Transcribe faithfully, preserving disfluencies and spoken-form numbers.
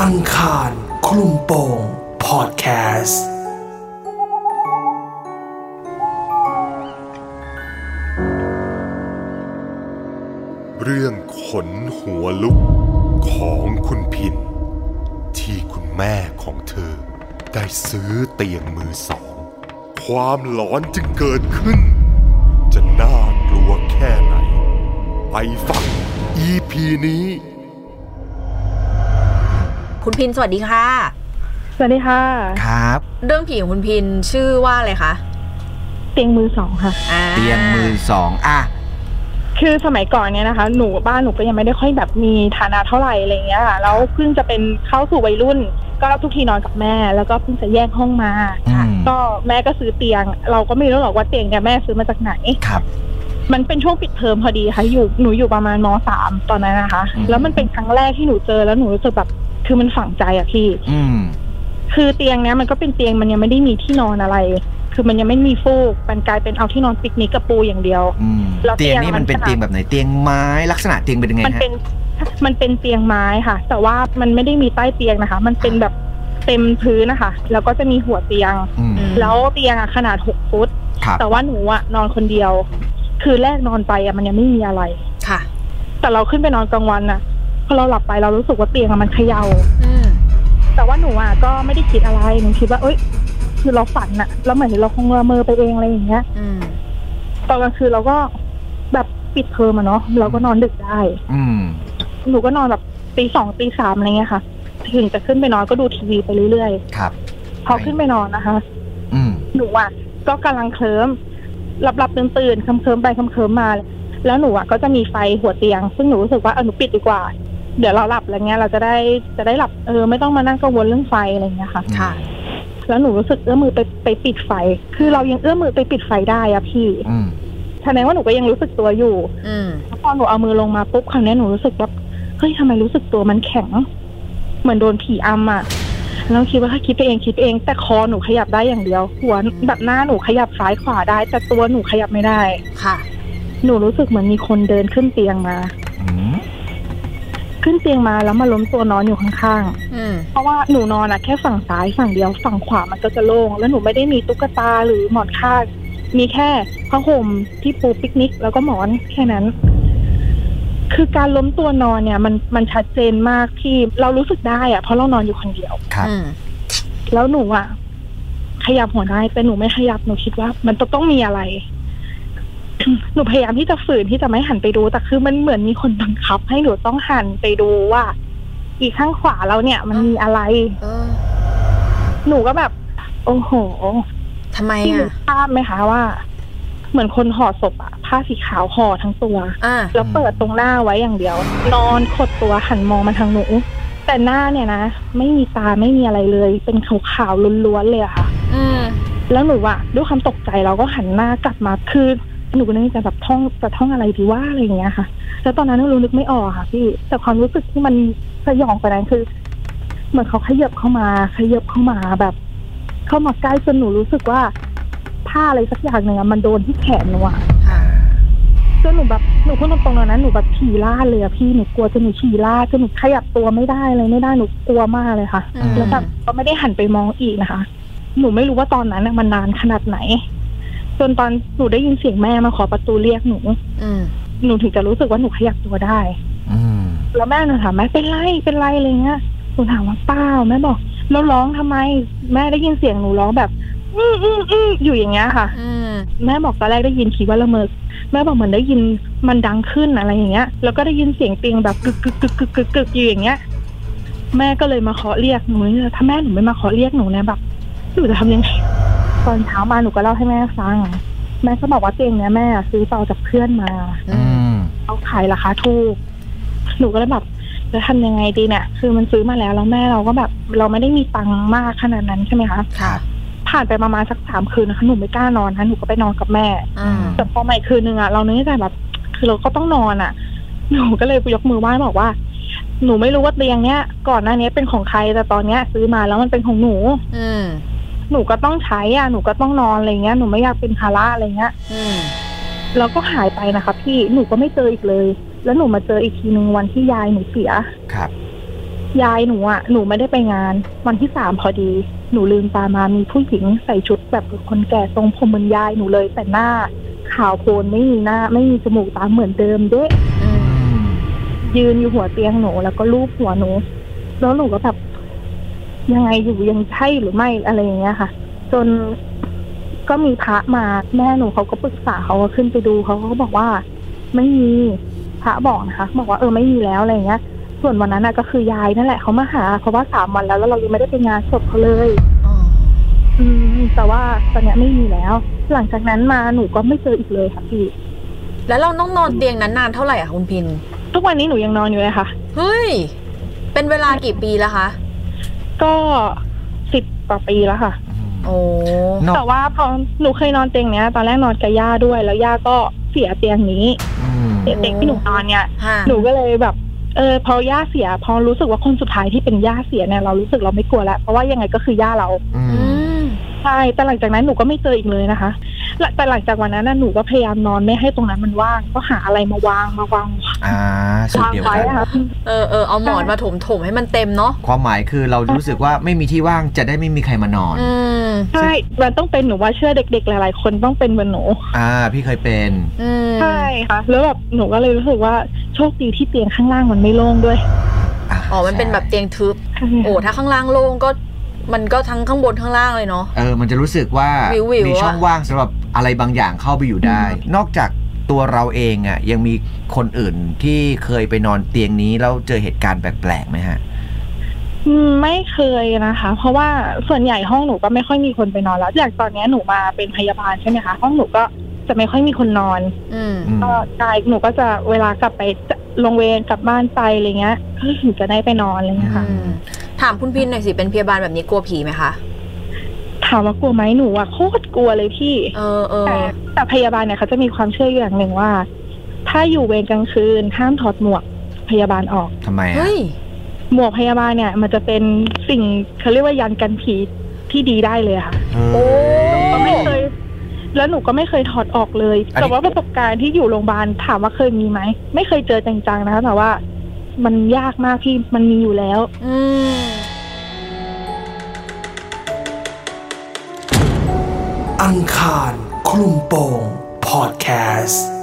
อังคารคลุมโปงพอดแคสต์เรื่องขนหัวลุกของคุณพินที่คุณแม่ของเธอได้ซื้อเตียงมือสองความหลอนจึงเกิดขึ้นจะน่ากลัวแค่ไหนไปฟัง อี พี นี้คุณพินสวัสดีค่ะสวัสดีค่ะครับเรื่องผีของคุณพินชื่อว่าอะไรคะเตียงมือสองค่ะเตียงมือสองอ่ะคือสมัยก่อนเนี่ยนะคะหนูบ้านหนูก็ยังไม่ได้ค่อยแบบมีฐานะเท่าไหร่อะไรเงี้ยค่ะแล้วเพิ่งจะเป็นเข้าสู่วัยรุ่นก็ทุกทีนอนกับแม่แล้วก็เพิ่งจะแยกห้องมาก็แม่ก็ซื้อเตียงเราก็ไม่รู้หรอกว่าเตียงเนี่ยแม่ซื้อมาจากไหนครับมันเป็นช่วงปิดเทอมพอดีค่ะอยู่หนูอยู่ประมาณม.สาม ตอนนั้นนะคะแล้วมันเป็นครั้งแรกที่หนูเจอแล้วหนูรู้สึกแบบคือมันฝังใจอะพี่คือเตียงเนี้ยมันก็เป็นเตียงมันยังไม่ได้มีที่นอนอะไรคือมันยังไม่มีฟูกมันกลายเป็นเอาที่นอนปิกนิกกับปูอย่างเดียวเตียงนี่มันเป็นเตียงแบบไหนเตียงไม้ลักษณะเตียงเป็นยังไงฮะมันเป็นมันเป็นเตียงไม้ค่ะแต่ว่ามันไม่ได้มีใต้เตียงนะคะมันเป็นแบบเต็มพื้นนะคะแล้วก็จะมีหัวเตียงแล้วเตียงอะขนาดหกฟุตแต่ว่าหนูอะนอนคนเดียวคือแรกนอนไปอะมันยังไม่มีอะไรค่ะแต่เราขึ้นไปนอนกลางวันอะพอเราหลับไปเรารู้สึกว่าเตียงอะมันเขย่าแต่ว่าหนูอ่ะก็ไม่ได้คิดอะไรหนูคิดว่าเอ้ยคือเราฝันอะแล้วเหมือนเราคงละเมอไปเองอะไรอย่างเงี้ยตอนกลางคืนเราก็แบบปิดเทอมอะเนาะเราก็นอนดึกได้หนูก็นอนแบบตีสองตีสามอะไรเงี้ยค่ะถึงจะขึ้นไปนอนก็ดูทีวีไปเรื่อยๆครับพอขึ้นไปนอนนะคะหนูอ่ะก็กำลังเคลิ้มหลับๆตื่นๆเคลิ้มๆไปเคลิ้มๆมาแล้วหนูอ่ะก็จะมีไฟหัวเตียงซึ่งหนูรู้สึกว่าเออหนูปิดดีกว่าเดี๋ยวเราหลับอะไรเงี้ยเราจะได้จะได้หลับเออไม่ต้องมานั่งกังวลเรื่องไฟอะไรเงี้ยค่ะค่ะแล้วหนูรู้สึกเอื้อมมือไปไปปิดไฟคือเรายังเอื้อมมือไปปิดไฟได้อะพี่แสดงว่าหนูก็ยังรู้สึกตัวอยู่แล้วพอหนูเอามือลงมาปุ๊บครั้งนี้หนูรู้สึกว่าเฮ้ยทำไมรู้สึกตัวมันแข็งเหมือนโดนผีอำอะแล้วคิดว่าถ้าคิดไปเองคิดไปเองแต่คอหนูขยับได้อย่างเดียวหัวแบบหน้าหนูขยับซ้ายขวาได้แต่ตัวหนูขยับไม่ได้ค่ะหนูรู้สึกเหมือนมีคนเดินขึ้นเตียงมาขึ้นเตียงมาแล้วมาล้มตัวนอนอยู่ข้างๆเพราะว่าหนูนอนอะแค่ฝั่งซ้ายฝั่งเดียวฝั่งขวามันก็จะโล่งแล้วหนูไม่ได้มีตุ๊กตาหรือหมอนข้างมีแค่ผ้าห่มที่ปูปิกนิกแล้วก็หมอนแค่นั้นคือการล้มตัวนอนเนี่ยมันมันชัดเจนมากที่เรารู้สึกได้อะเพราะเรานอนอยู่คนเดียวครับแล้วหนูอะขยับหัวได้แต่หนูไม่ขยับหนูคิดว่ามันต้องมีอะไรหนูพยายามที่จะฝืนที่จะไม่หันไปดูแต่คือมันเหมือนมีคนบังคับให้หนูต้องหันไปดูว่าอีกข้างขวาเราเนี่ยมันมีอะไรหนูก็แบบโอ้โหทำไมอ่ะทราบไหมคะว่าเหมือนคนห่อศพอะผ้าสีขาวห่อทั้งตัวแล้วเปิดตรงหน้าไว้อย่างเดียวนอนขดตัวหันมองมาทางหนูแต่หน้าเนี่ยนะไม่มีตาไม่มีอะไรเลยเป็นขาวๆล้วนๆเลยอะค่ะแล้วหนูอะด้วยความตกใจเราก็หันหน้ากลับมาคือหนูก็นึกจะแบบท่องจะท่องอะไรดีว่าอะไรอย่างเงี้ยค่ะแล้วตอนนั้นหนูนึกไม่ออกค่ะพี่แต่ความรู้สึกที่มันสยองไปนั้นคือเหมือนเขาขยับเข้ามาขยับเข้ามาแบบเข้ามาใกล้จนหนูรู้สึกว่าผ้าอะไรสักอย่างหนึ่งมันโดนที่แขนหนูอะจนหนูแบบหนูพูดตรงๆนั้นหนูแบบฉี่ล่าเลยอะพี่หนูกลัวจนหนูฉี่ล่าจนหนูขยับตัวไม่ได้เลยไม่ได้หนูกลัวมากเลยค่ะแล้วแบบก็ไม่ได้หันไปมองอีกนะคะหนูไม่รู้ว่าตอนนั้นมันนานขนาดไหนจนตอนหนูได้ยินเสียงแม่มาขอประตูเรียกหนูหนูถึงจะรู้สึกว่าหนูขยับตัวได้แล้วแม่หนูถามแม่เป็นไรเป็นไรอะไรเงี้ยหนูถามว่าเปล่าแม่บอกแล้วร้องทำไมแม่ได้ยินเสียงหนูร้องแบบอืมอืมอืมอยู่อย่างเงี้ยค่ะแม่บอกตอนแรกได้ยินคิดว่าละเมอแม่บอกเหมือนได้ยินมันดังขึ้นอะไรอย่างเงี้ยแล้วก็ได้ยินเสียงเตียงแบบกึกกึกกึกกึกกึกกึกอยู่อย่างเงี้ยแม่ก็เลยมาเคาะเรียกหนูถ้าแม่หนูไม่มาเคาะเรียกหนูเนี่ยแบบหนูจะทำยังไงตอนเช้ามาหนูก็เล่าให้แม่ฟังแม่ก็บอกว่าเตียงเนี้ยแม่ซื้อต่อจากเพื่อนมาเอาขายราคาถูกหนูก็เลยแบบจะทำยังไงดีเนี่ยคือมันซื้อมาแล้วแล้วแม่เราก็แบบเราไม่ได้มีตังค์มากขนาดนั้นใช่ไหมคะค่ะผ่านไปประมาณสักสามคืนนะคะหนูไม่กล้านอนนะหนูก็ไปนอนกับแม่แต่พอมาอีกคืนนึงอะเราเนื่องจากแบบคือเราก็ต้องนอนอะหนูก็เลยยกมือไหว้บอกว่าหนูไม่รู้ว่าเตียงเนี้ยก่อนหน้านี้เป็นของใครแต่ตอนเนี้ยซื้อมาแล้วมันเป็นของหนูหนูก็ต้องใช้อ่ะหนูก็ต้องนอนอะไรเงี้ยหนูไม่อยากเป็นภาระอะไรเงี้ยแล้วก็หายไปนะคะพี่หนูก็ไม่เจออีกเลยแล้วหนูมาเจออีกทีนึงวันที่ยายหนูเสียครับยายหนูอ่ะหนูไม่ได้ไปงานวันที่สามพอดีหนูลืมตามามีผู้หญิงใส่ชุดแบบคนแก่ทรงผมเหมือนยายหนูเลยแต่หน้าขาวโพลนไม่มีหน้าไม่มีจมูกตาเหมือนเดิมเด้ยืนอยู่หัวเตียงหนูแล้วก็ลูบหัวหนูแล้วหนูก็แบบยังไงอยู่ยังใช่หรือไม่อะไรอย่างเงี้ยค่ะจนก็มีพระมาแม่หนูเขาก็ปรึกษาเขาก็ขึ้นไปดูเขาก็บอกว่าไม่มีพระบอกนะคะบอกว่าเออไม่มีแล้วอะไรอย่างเงี้ยส่วนวันนั้นน่ะก็คือยายนั่นแหละเขามาหาเพราะว่าสามวันแล้วแล้วเรายังไม่ได้ไปงานศพเขาเลยอืมแต่ว่าตอนนี้ไม่มีแล้วหลังจากนั้นมาหนูก็ไม่เจออีกเลยค่ะพี่แล้วเราต้องนอนเตียงนั้นนานเท่าไหร่อะคุณพินทุกวันนี้หนูยังนอนอยู่เลยค่ะเฮ้ยเป็นเวลากี่ปีแล้วคะก็สิบกว่าปีแล้วค่ะโอ้แต่ว่าพอหนูเคยนอนเตียงเนี้ยตอนแรกนอนกับย่าด้วยแล้วย่าก็เสียเตียงนี้เตียงที่หนูนอนเนี่ยหนูก็เลยแบบเออพอย่าเสียพอรู้สึกว่าคนสุดท้ายที่เป็นย่าเสียเนี่ยเรารู้สึกเราไม่กลัวแล้วเพราะว่ายังไงก็คือย่าเราใช่แต่หลังจากนั้นหนูก็ไม่เจออีกเลยนะคะแต่หลังจากวันนั้นหนูก็พยายามนอนไม่ให้ตรงนั้นมันว่างก็หาอะไรมาวางมาวางอ่าสุดเดียวกันเออเออเอาหมอนมาถมถมให้มันเต็มเนาะความหมายคือเรารู้สึกว่าไม่มีที่ว่างจะได้ไม่มีใครมานอนใช่มันต้องเป็นหนูว่าเชื่อเด็กๆหลายๆคนต้องเป็นเหมือนหนูอ่าพี่เคยเป็นใช่ค่ะแล้วแบบหนูก็เลยรู้สึกว่าโชคดีที่เตียงข้างล่างมันไม่โล่งด้วยอ๋อมันเป็นแบบเตียงทึบโอ้ถ้าข้างล่างโล่งก็มันก็ทั้งข้างบนข้างล่างเลยเนาะเออมันจะรู้สึกว่ามีช่องว่างสำหรับอะไรบางอย่างเข้าไปอยู่ได้นอกจากตัวเราเองอ่ะยังมีคนอื่นที่เคยไปนอนเตียงนี้แล้วเจอเหตุการณ์แปลกๆไหมฮะไม่เคยนะคะเพราะว่าส่วนใหญ่ห้องหนูก็ไม่ค่อยมีคนไปนอนแล้วอย่างตอนนี้หนูมาเป็นพยาบาลใช่ไหมคะห้องหนูก็จะไม่ค่อยมีคนนอนก็กายหนูก็จะเวลากลับไปลงเวรกลับบ้านไปอะไรเงี้ยก็ถึงจะได้ไปนอนอะไรเงี้ยค่ะถามคุณพินหน่อยสิเป็นพยาบาลแบบนี้กลัวผีไหมคะถามว่ากลัวไหมหนูอะโคตรกลัวเลยพี่เออเออแต่แต่พยาบาลเนี่ยเขาจะมีความเชื่ออย่างหนึ่งว่าถ้าอยู่เวรกลางคืนห้ามถอดหมวกพยาบาลออกทำไมอ่ะหมวกพยาบาลเนี่ยมันจะเป็นสิ่งเขาเรียกว่ายันกันผีที่ดีได้เลยค่ะโอ้ก็ไม่เคยแล้วหนูก็ไม่เคยถอดออกเลยแต่ว่าประสบการณ์ที่อยู่โรงพยาบาลถามว่าเคยมีไหมไม่เคยเจอจังๆนะคะแต่ว่ามันยากมากที่มันมีอยู่แล้วอืมอังคารคลุมโปงพอดแคสต์